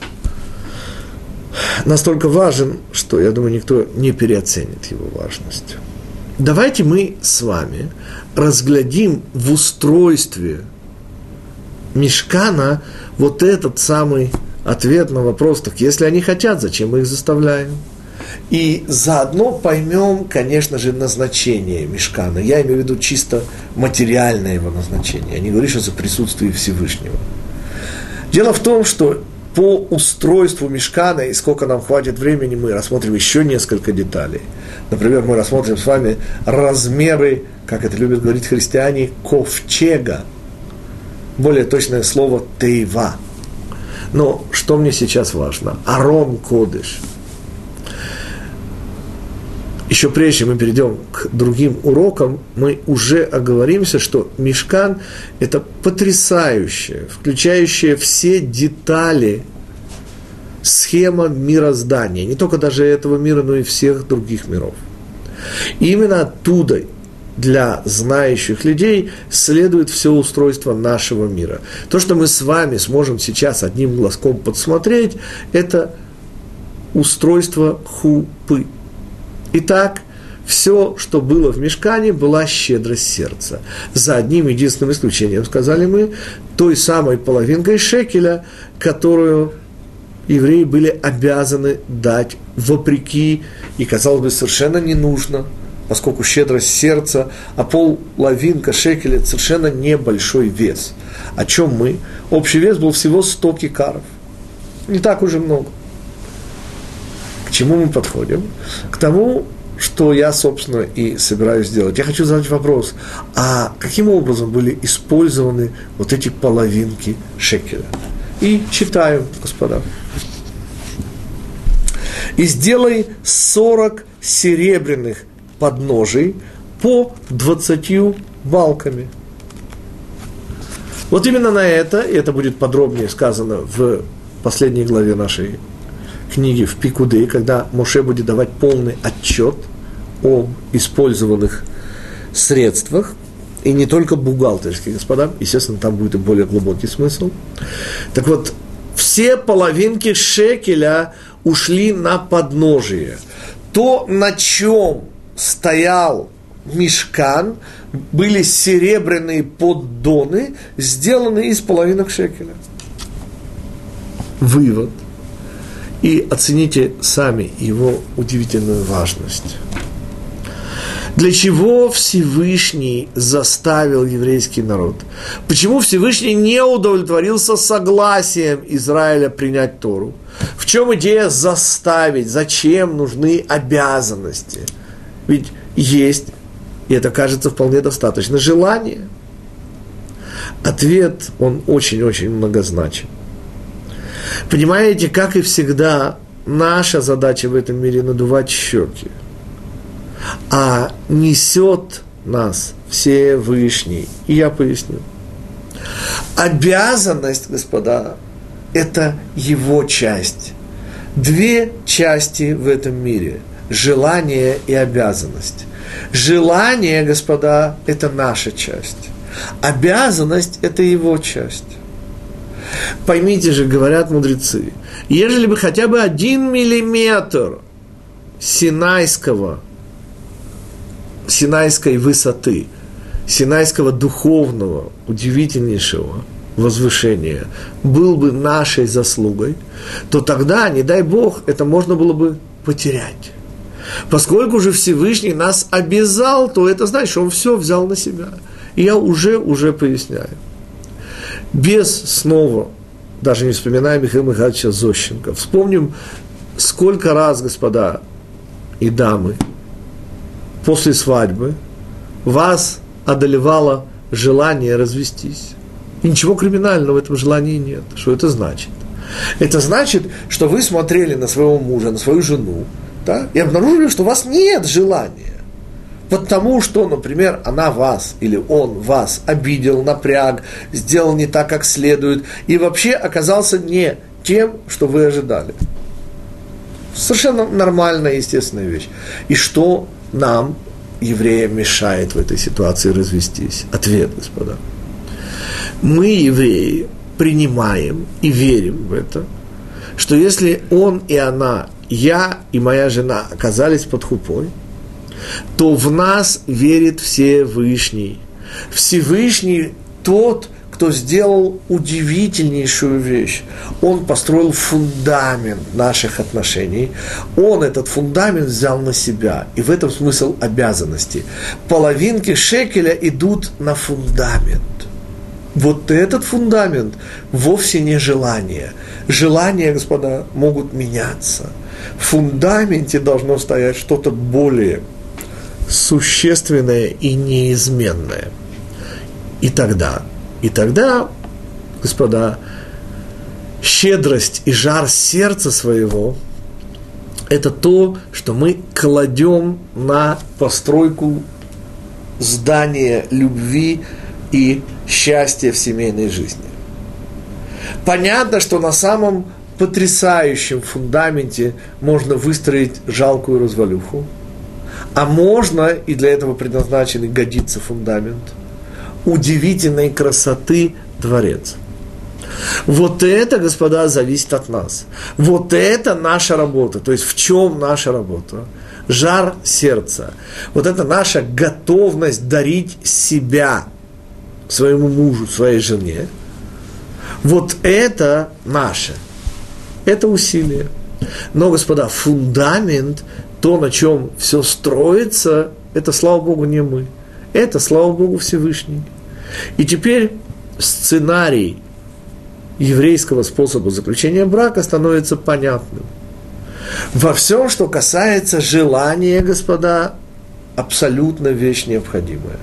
настолько важен, что, я думаю, никто не переоценит его важность. Давайте мы с вами разглядим в устройстве мишкана вот этот самый ответ на вопрос, так если они хотят, зачем мы их заставляем? И заодно поймем, конечно же, назначение мишкана. Я имею в виду чисто материальное его назначение. Я не говорю сейчас о присутствии Всевышнего. Дело в том, что по устройству мишкана, и сколько нам хватит времени, мы рассмотрим еще несколько деталей. Например, мы рассмотрим с вами размеры, как это любят говорить христиане, ковчега. Более точное слово тейва. Но что мне сейчас важно? Арон кодеш. Еще прежде чем мы перейдем к другим урокам, мы уже оговоримся, что мишкан – это потрясающее, включающее все детали схема мироздания, не только даже этого мира, но и всех других миров. И именно оттуда для знающих людей следует все устройство нашего мира. То, что мы с вами сможем сейчас одним глазком подсмотреть, это устройство хупы. Итак, все, что было в мишкане, была щедрость сердца. За одним единственным исключением, сказали мы, той самой половинкой шекеля, которую евреи были обязаны дать вопреки, и, казалось бы, совершенно не нужно, поскольку щедрость сердца, а половинка шекеля – совершенно небольшой вес. О чем мы? Общий вес был всего 100 кикаров. Не так уже много. К чему мы подходим? К тому, что я, собственно, и собираюсь сделать. Я хочу задать вопрос, а каким образом были использованы вот эти половинки шекеля? И читаю, господа. «И сделай 40 серебряных подножий по 20 балками». Вот именно на это, и это будет подробнее сказано в последней главе нашей книги в Пикудей, когда Моше будет давать полный отчет об использованных средствах, и не только бухгалтерских, господа, естественно, там будет и более глубокий смысл. Так вот, все половинки шекеля ушли на подножие. То, на чем стоял мишкан, были серебряные поддоны, сделанные из половинок шекеля. Вывод. И оцените сами его удивительную важность. Для чего Всевышний заставил еврейский народ? Почему Всевышний не удовлетворился согласием Израиля принять Тору? В чем идея заставить? Зачем нужны обязанности? Ведь есть, и это кажется вполне достаточно, желание. Ответ, он очень-очень многозначен. Понимаете, как и всегда, наша задача в этом мире надувать щеки. А несет нас Всевышний. И я поясню. Обязанность, господа, это его часть. Две части в этом мире. Желание и обязанность. Желание, господа, это наша часть. Обязанность – это его часть. Поймите же, говорят мудрецы, ежели бы хотя бы 1 миллиметр синайской высоты, синайского духовного, удивительнейшего возвышения был бы нашей заслугой, то тогда, не дай Бог, это можно было бы потерять. Поскольку же Всевышний нас обязал, то это значит, что Он все взял на себя. И я уже поясняю. Без снова, даже не вспоминая Михаила Михайловича Зощенко, вспомним, сколько раз, господа и дамы, после свадьбы вас одолевало желание развестись. И ничего криминального в этом желании нет. Что это значит? Это значит, что вы смотрели на своего мужа, на свою жену, да, и обнаружили, что у вас нет желания. Потому что, например, она вас или он вас обидел, напряг, сделал не так, как следует, и вообще оказался не тем, что вы ожидали. Совершенно нормальная, естественная вещь. И что нам, евреям, мешает в этой ситуации развестись? Ответ, господа. Мы, евреи, принимаем и верим в это, что если он и она, я и моя жена оказались под хупой, то в нас верит Всевышний. Всевышний тот, кто сделал удивительнейшую вещь. Он построил фундамент наших отношений. Он этот фундамент взял на себя. И в этом смысл обязанности. Половинки шекеля идут на фундамент. Вот этот фундамент вовсе не желание. Желания, господа, могут меняться. В фундаменте должно стоять что-то более существенное и неизменное. И тогда, господа, щедрость и жар сердца своего – это то, что мы кладем на постройку здания любви и счастья в семейной жизни. Понятно, что на самом потрясающем фундаменте можно выстроить жалкую развалюху, а можно, и для этого предназначен и годится фундамент, удивительной красоты дворец. Вот это, господа, зависит от нас. Вот это наша работа. То есть в чем наша работа? Жар сердца. Вот это наша готовность дарить себя своему мужу, своей жене. Вот это наше. Это усилие. Но, господа, фундамент, то, на чем все строится, это, слава Богу, не мы. Это, слава Богу, Всевышний. И теперь сценарий еврейского способа заключения брака становится понятным. Во всем, что касается желания, господа, абсолютно вещь необходимая.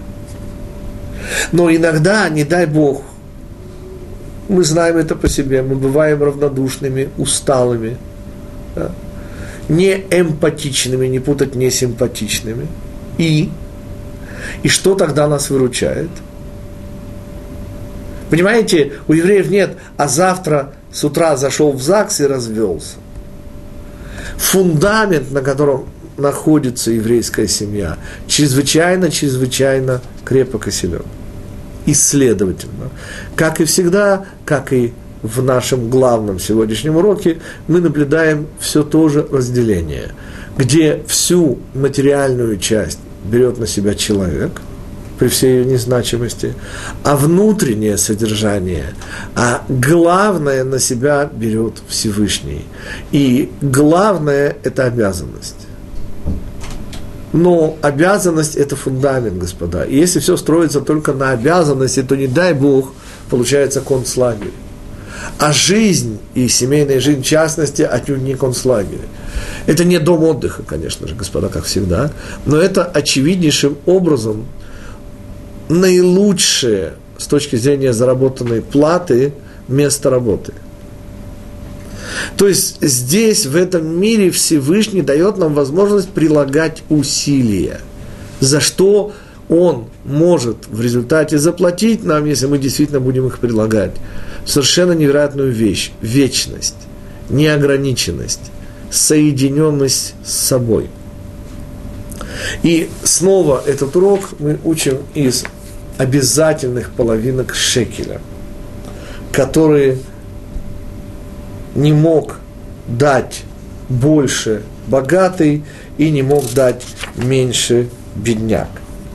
Но иногда, не дай Бог, мы знаем это по себе, мы бываем равнодушными, усталыми, да? Не эмпатичными, не путать не симпатичными. И что тогда нас выручает? Понимаете, у евреев нет, а завтра с утра зашел в ЗАГС и развелся. Фундамент, на котором находится еврейская семья, чрезвычайно крепок и силен. И следовательно, как и всегда, как и в нашем главном сегодняшнем уроке, мы наблюдаем все то же разделение, где всю материальную часть берет на себя человек, при всей ее незначимости, а внутреннее содержание, а главное на себя берет Всевышний. И главное – это обязанность. Но обязанность – это фундамент, господа. И если все строится только на обязанности, то, не дай Бог, получается концлагерь. А жизнь и семейная жизнь, в частности, отнюдь не концлагерь. Это не дом отдыха, конечно же, господа, как всегда, но это очевиднейшим образом наилучшее с точки зрения заработанной платы место работы. То есть здесь, в этом мире, Всевышний дает нам возможность прилагать усилия, за что Он может в результате заплатить нам, если мы действительно будем их прилагать, совершенно невероятную вещь – вечность, неограниченность, соединенность с собой. И снова этот урок мы учим из обязательных половинок шекеля, которые не мог дать больше богатый и не мог дать меньше бедняк.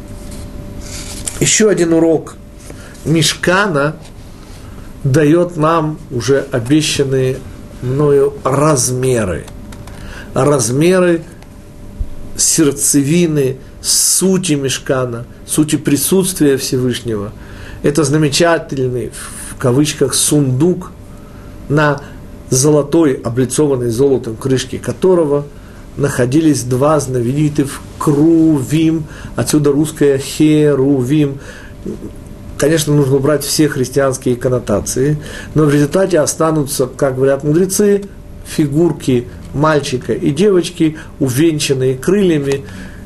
Еще один урок Мишкана дает нам уже обещанные мною размеры сердцевины, сути Мишкана, сути присутствия Всевышнего. Это замечательный, в кавычках, сундук, на золотой, облицованной золотом крышке которого находились два знаменитых крувим, отсюда русское херувим. Конечно, нужно убрать все христианские коннотации, но в результате останутся, как говорят мудрецы, фигурки мальчика и девочки, увенчанные крыльями,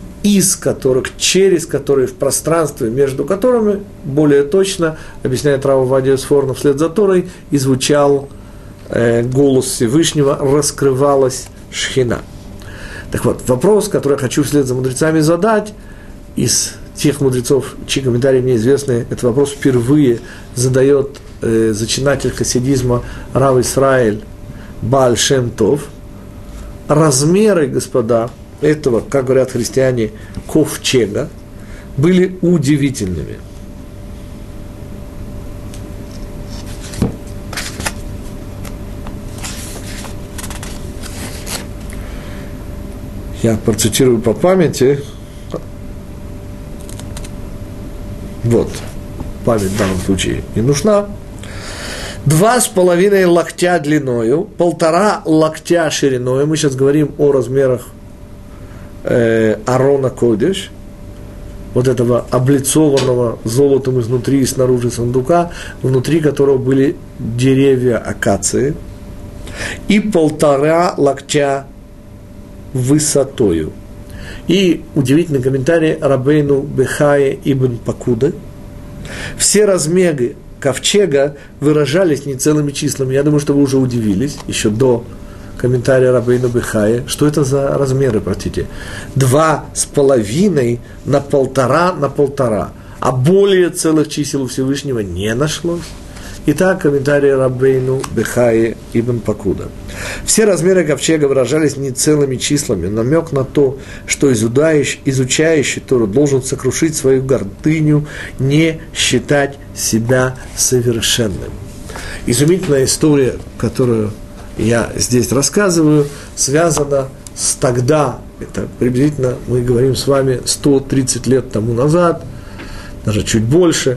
через которые в пространстве, между которыми, более точно, объясняет Рав Овадия Сфорно вслед за Торой, и звучал голос Всевышнего, раскрывалась шхина. Так вот, вопрос, который я хочу вслед за мудрецами задать, из тех мудрецов, чьи комментарии мне известны, этот вопрос впервые задает зачинатель хасидизма Рав Исраэль Бааль Шем Тов, размеры, господа, этого, как говорят христиане, ковчега, были удивительными. Я процитирую по памяти. Вот, память в данном случае не нужна. 2,5 локтя длиною, 1,5 локтя шириною. Мы сейчас говорим о размерах Арона Кодеш, вот этого облицованного золотом изнутри и снаружи сундука, внутри которого были деревья акации, и 1,5 локтя высотою. И удивительный комментарий Рабейну Бехае ибн Пакуды. Все размеры ковчега выражались не целыми числами. Я думаю, что вы уже удивились, еще до комментария Рабейну Бехае. Что это за размеры, простите? 2,5 на 1,5 на 1,5. А более целых чисел у Всевышнего не нашлось. Итак, комментарий Рабейну Бехае ибн Пакуда. Все размеры ковчега выражались не целыми числами, намек на то, что изучающий Тору должен сокрушить свою гордыню, не считать себя совершенным. Изумительная история, которую я здесь рассказываю, связана с тогда, это приблизительно, мы говорим с вами, 130 лет тому назад, даже чуть больше.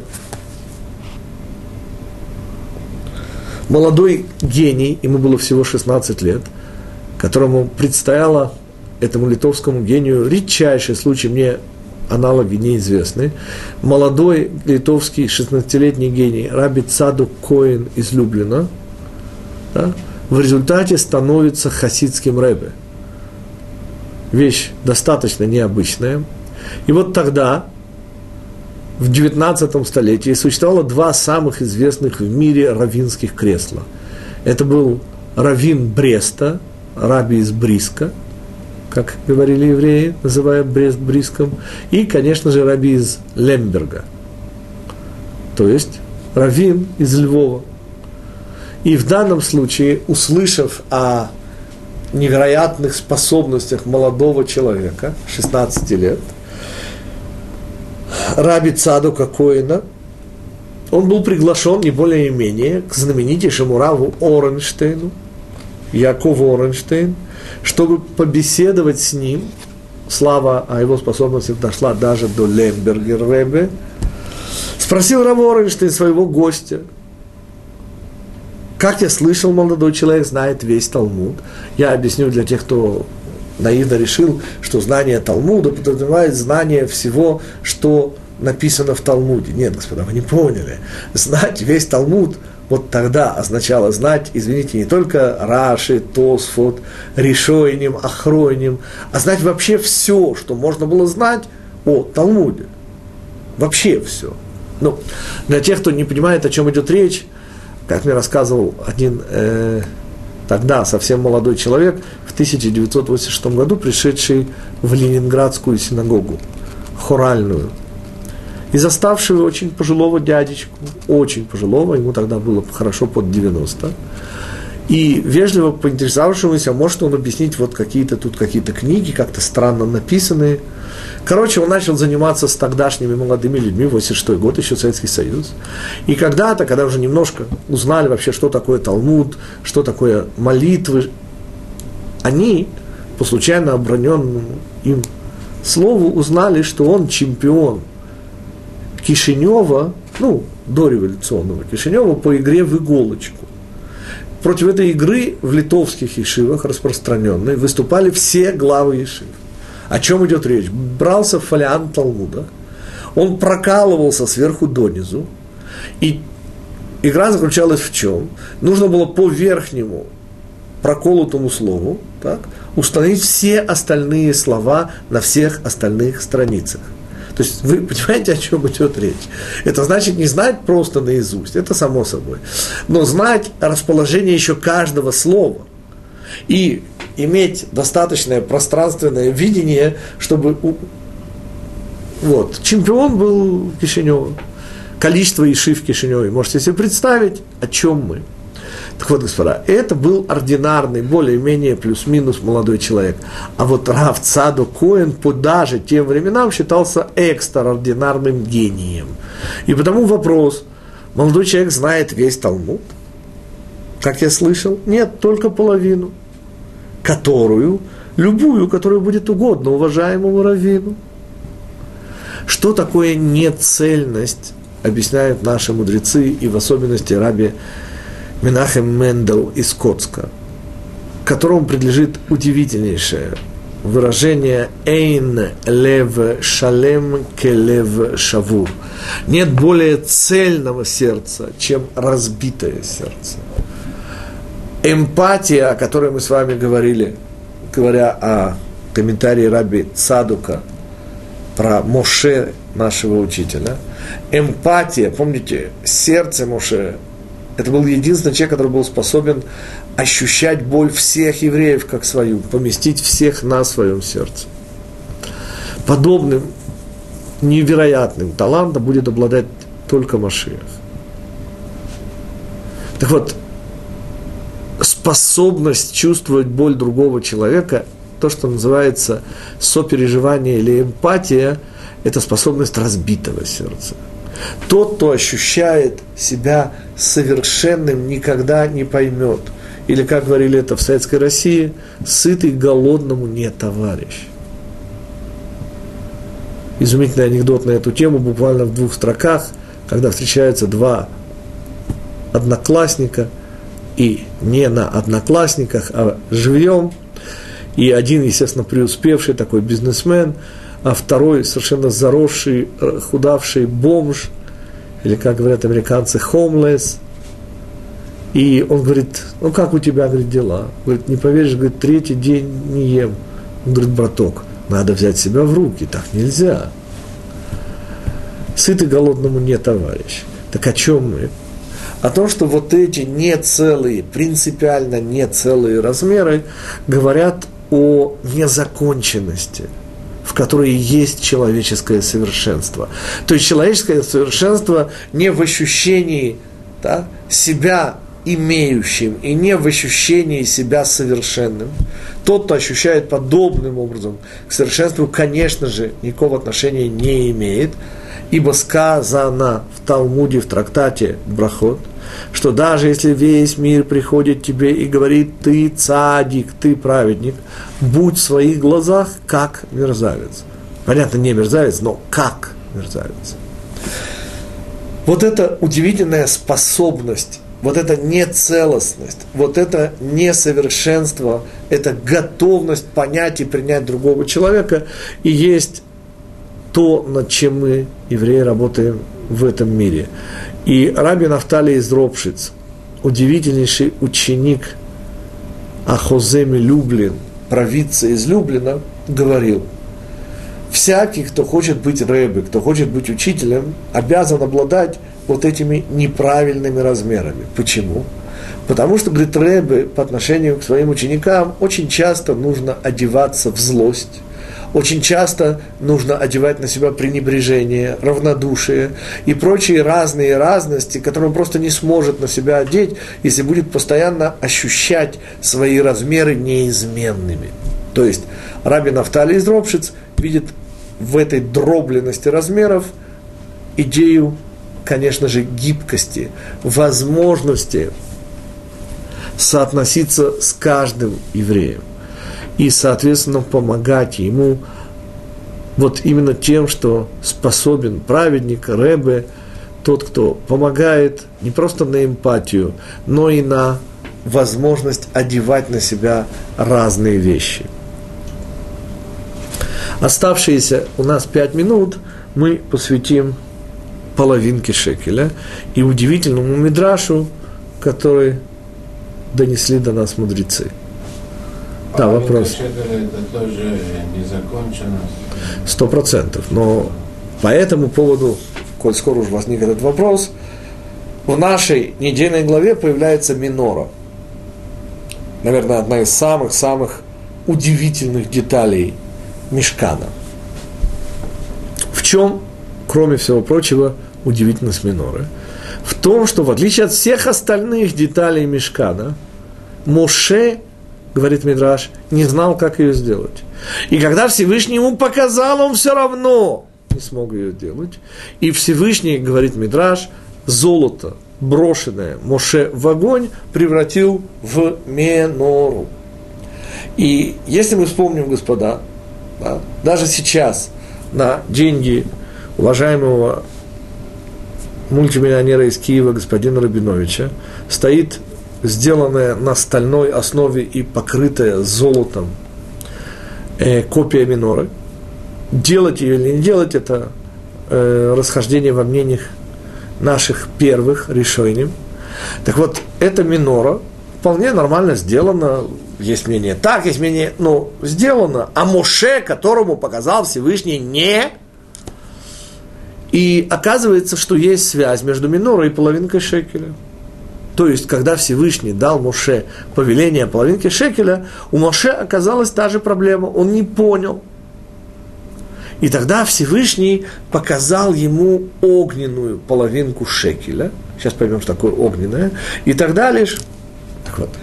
Молодой гений, ему было всего 16 лет, которому предстояло, этому литовскому гению, редчайший случай, мне аналоги неизвестны, молодой литовский 16-летний гений Раби Цадук Коэн из Люблина, да, в результате становится хасидским ребе. Вещь достаточно необычная. И вот тогда, в 19 столетии, существовало два самых известных в мире раввинских кресла. Это был раввин Бреста, раби из Бриска, как говорили евреи, называя Брест Бриском, и, конечно же, раби из Лемберга, то есть раввин из Львова. И в данном случае, услышав о невероятных способностях молодого человека, 16 лет, Раби Цадука Коэна, он был приглашен не более и менее к знаменитейшему раву Оренштейну, Якову Оренштейн, чтобы побеседовать с ним. Слава о его способностях дошла даже до Лембергер Ребе. Спросил рав Оренштейн своего гостя: как я слышал, молодой человек знает весь Талмуд. Я объясню для тех, кто наивно решил, что знание Талмуда подразумевает знание всего, что написано в Талмуде. Нет, господа, вы не поняли. Знать весь Талмуд вот тогда означало знать, извините, не только Раши, Тосфот, Ришойним, Ахройним, а знать вообще все, что можно было знать о Талмуде. Вообще все. Ну, для тех, кто не понимает, о чем идет речь, как мне рассказывал один тогда совсем молодой человек, в 1986 году пришедший в Ленинградскую синагогу, хоральную, и заставшего очень пожилого дядечку, очень пожилого, ему тогда было хорошо под 90, и вежливо поинтересовавшемуся, может он объяснить вот какие-то тут какие-то книги, как-то странно написанные. Короче, он начал заниматься с тогдашними молодыми людьми, 86 год, еще Советский Союз. И когда-то, когда уже немножко узнали вообще, что такое Талмуд, что такое молитвы, они, по случайно оброненному им слову, узнали, что он чемпион Кишинева, ну, дореволюционного Кишинева, по игре в иголочку. Против этой игры в литовских ешивах, распространенной, выступали все главы ешив. О чем идет речь? Брался фолиант Талмуда, он прокалывался сверху донизу, и игра заключалась в чем? Нужно было по верхнему проколотому слову так, установить все остальные слова на всех остальных страницах. То есть вы понимаете, о чем идет речь? Это значит не знать просто наизусть, это само собой, но знать расположение еще каждого слова и иметь достаточное пространственное видение, чтобы... Вот, чемпион был Кишинева. количество ешив в Кишиневе. Можете себе представить, о чем мы. Так вот, господа, это был ординарный, более-менее плюс-минус молодой человек. А вот Рав Цадок Коэн по даже тем временам считался экстраординарным гением. И потому вопрос, молодой человек знает весь Талмуд? Как я слышал, нет, только половину. Любую, которая будет угодна уважаемому раввину. Что такое нецельность, объясняют наши мудрецы, и в особенности раби Менахем Мендел из Коцка, которому принадлежит удивительнейшее выражение «Эйн лев шалем келев шавур». Нет более цельного сердца, чем разбитое сердце. Эмпатия, о которой мы с вами говорили, говоря о комментарии раби Цадука про Моше, нашего учителя, эмпатия, помните, сердце Моше, это был единственный человек, который был способен ощущать боль всех евреев как свою, поместить всех на своем сердце. Подобным невероятным талантом будет обладать только Машиах. Так вот, способность чувствовать боль другого человека, то, что называется сопереживание или эмпатия, это способность разбитого сердца. Тот, кто ощущает себя совершенным, никогда не поймет. Или, как говорили это в Советской России, сытый голодному не товарищ. Изумительный анекдот на эту тему, буквально в 2 строках, когда встречаются 2 одноклассника, и не на одноклассниках, а живьем, и один, естественно, преуспевший такой бизнесмен, а второй совершенно заросший, худавший бомж, или, как говорят американцы, homeless. И он говорит, ну как у тебя, говорит, дела? Говорит, не поверишь, говорит, 3-й день не ем. Он говорит, браток, надо взять себя в руки, так нельзя. Сытый голодному не товарищ. Так о чем мы? О том, что вот эти нецелые, принципиально нецелые размеры говорят о незаконченности, в которой есть человеческое совершенство. То есть человеческое совершенство не в ощущении себя имеющим и не в ощущении себя совершенным. Тот, кто ощущает подобным образом к совершенству, конечно же, никакого отношения не имеет, ибо сказано в Талмуде, в трактате Брахот, что даже если весь мир приходит к тебе и говорит, ты цадик, ты праведник, будь в своих глазах как мерзавец. Понятно, не мерзавец, но как мерзавец. Вот эта удивительная способность, вот эта нецелостность, вот это несовершенство, это готовность понять и принять другого человека, и есть то, над чем мы, евреи, работаем в этом мире. И Раби Нафтали из Ропшиц, удивительнейший ученик Ахоземи Люблин, провидца из Люблина, говорил, всякий, кто хочет быть рэбби, кто хочет быть учителем, обязан обладать вот этими неправильными размерами. Почему? Потому что, говорит, рэбби по отношению к своим ученикам очень часто нужно одеваться в злость, очень часто нужно одевать на себя пренебрежение, равнодушие и прочие разные разности, которые он просто не сможет на себя одеть, если будет постоянно ощущать свои размеры неизменными. То есть Раби Нафтали из Ропшиц видит в этой дробленности размеров идею, конечно же, гибкости, возможности соотноситься с каждым евреем. И, соответственно, помогать ему вот именно тем, что способен праведник, рэбе, тот, кто помогает не просто на эмпатию, но и на возможность одевать на себя разные вещи. Оставшиеся у нас 5 минут мы посвятим половинке шекеля и удивительному мидрашу, который донесли до нас мудрецы. Да, вопрос. Это тоже незаконченность. 100%. Но по этому поводу, коль скоро уж возник этот вопрос, в нашей недельной главе появляется минора. Наверное, одна из самых-самых удивительных деталей Мишкана. В чем, кроме всего прочего, удивительность миноры? В том, что в отличие от всех остальных деталей мишкана, Моше, говорит Мидраш, не знал, как ее сделать. И когда Всевышний ему показал, он все равно не смог ее сделать. И Всевышний, говорит Мидраш, золото, брошенное Моше в огонь, превратил в менору. И если мы вспомним, господа, да, даже сейчас на деньги уважаемого мультимиллионера из Киева господина Рабиновича стоит сделанная на стальной основе и покрытая золотом копия миноры. Делать ее или не делать, это расхождение во мнениях наших первых решений. Так вот, эта минора вполне нормально сделана. Есть мнение так, есть мнение, сделано. А Моше, которому показал Всевышний, не. И оказывается, что есть связь между минорой и половинкой шекеля. То есть, когда Всевышний дал Моше повеление о половинке шекеля, у Моше оказалась та же проблема. Он не понял. И тогда Всевышний показал ему огненную половинку шекеля. Сейчас поймем, что такое огненная. И тогда лишь... Так вот.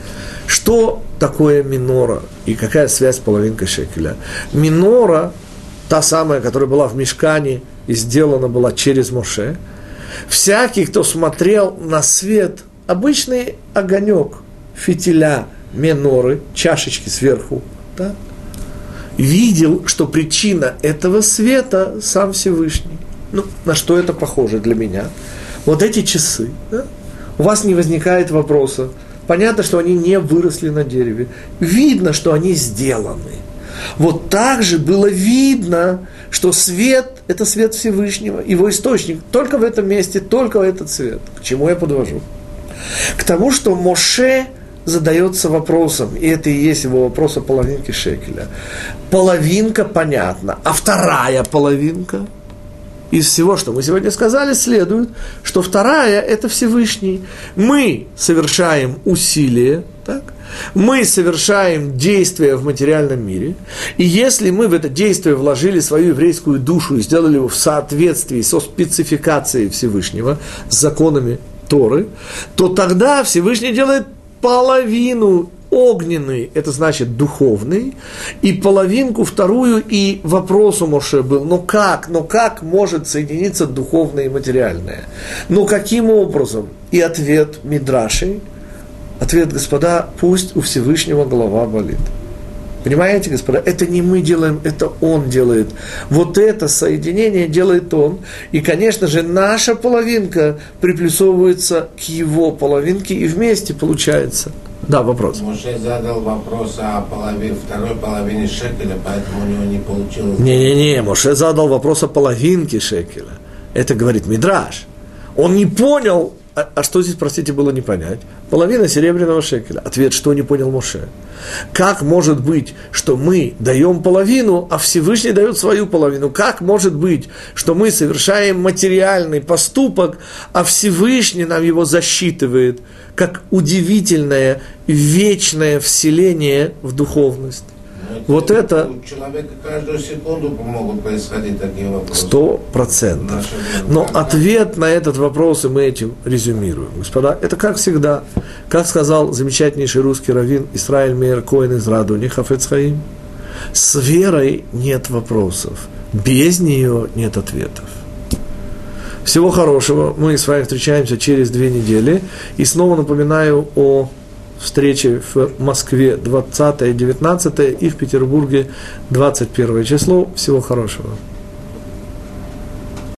Что такое минора и какая связь с половинкой шекеля? Минора, та самая, которая была в мишкане и сделана была через Моше, всякий, кто смотрел на свет, обычный огонек фитиля миноры, чашечки сверху, да, видел, что причина этого света сам Всевышний. На что это похоже для меня? Вот эти часы, да? У вас не возникает вопроса. Понятно, что они не выросли на дереве. Видно, что они сделаны. Вот так же было видно, что свет – это свет Всевышнего, его источник. Только в этом месте, только этот свет. К чему я подвожу? К тому, что Моше задается вопросом, и это и есть его вопрос о половинке шекеля. Половинка понятна, а вторая половинка? Из всего, что мы сегодня сказали, следует, что вторая – это Всевышний. Мы совершаем усилия, так? Мы совершаем действия в материальном мире, и если мы в это действие вложили свою еврейскую душу и сделали его в соответствии со спецификацией Всевышнего, с законами Торы, то тогда Всевышний делает половину огненный, это значит духовный, и половинку вторую, и вопрос у Моше был, как может соединиться духовное и материальное? Каким образом? И ответ Мидрашей, ответ, господа, пусть у Всевышнего голова болит. Понимаете, господа, это не мы делаем, это Он делает. Вот это соединение делает Он. И, конечно же, наша половинка приплюсовывается к Его половинке, и вместе получается. Да, вопрос. Моше задал вопрос о второй половине шекеля, поэтому у него не получилось. Не, Моше задал вопрос о половинке шекеля. Это говорит Мидраш. Он не понял, а что здесь, простите, было не понять? Половина серебряного шекеля. Ответ, что не понял Моше. Как может быть, что мы даем половину, а Всевышний дает свою половину? Как может быть, что мы совершаем материальный поступок, а Всевышний нам его засчитывает, как удивительное, вечное вселение в духовность? Вот это... У человека каждую секунду могут происходить такие вопросы. 100%. Но ответ на этот вопрос, и мы этим резюмируем. Господа, это как всегда, как сказал замечательнейший русский раввин Исраэль Меир Коэн из Радуни Хафец Хаим, с верой нет вопросов, без нее нет ответов. Всего хорошего. Мы с вами встречаемся через 2 недели. И снова напоминаю о встрече в Москве 20-19 и в Петербурге 21 число. Всего хорошего.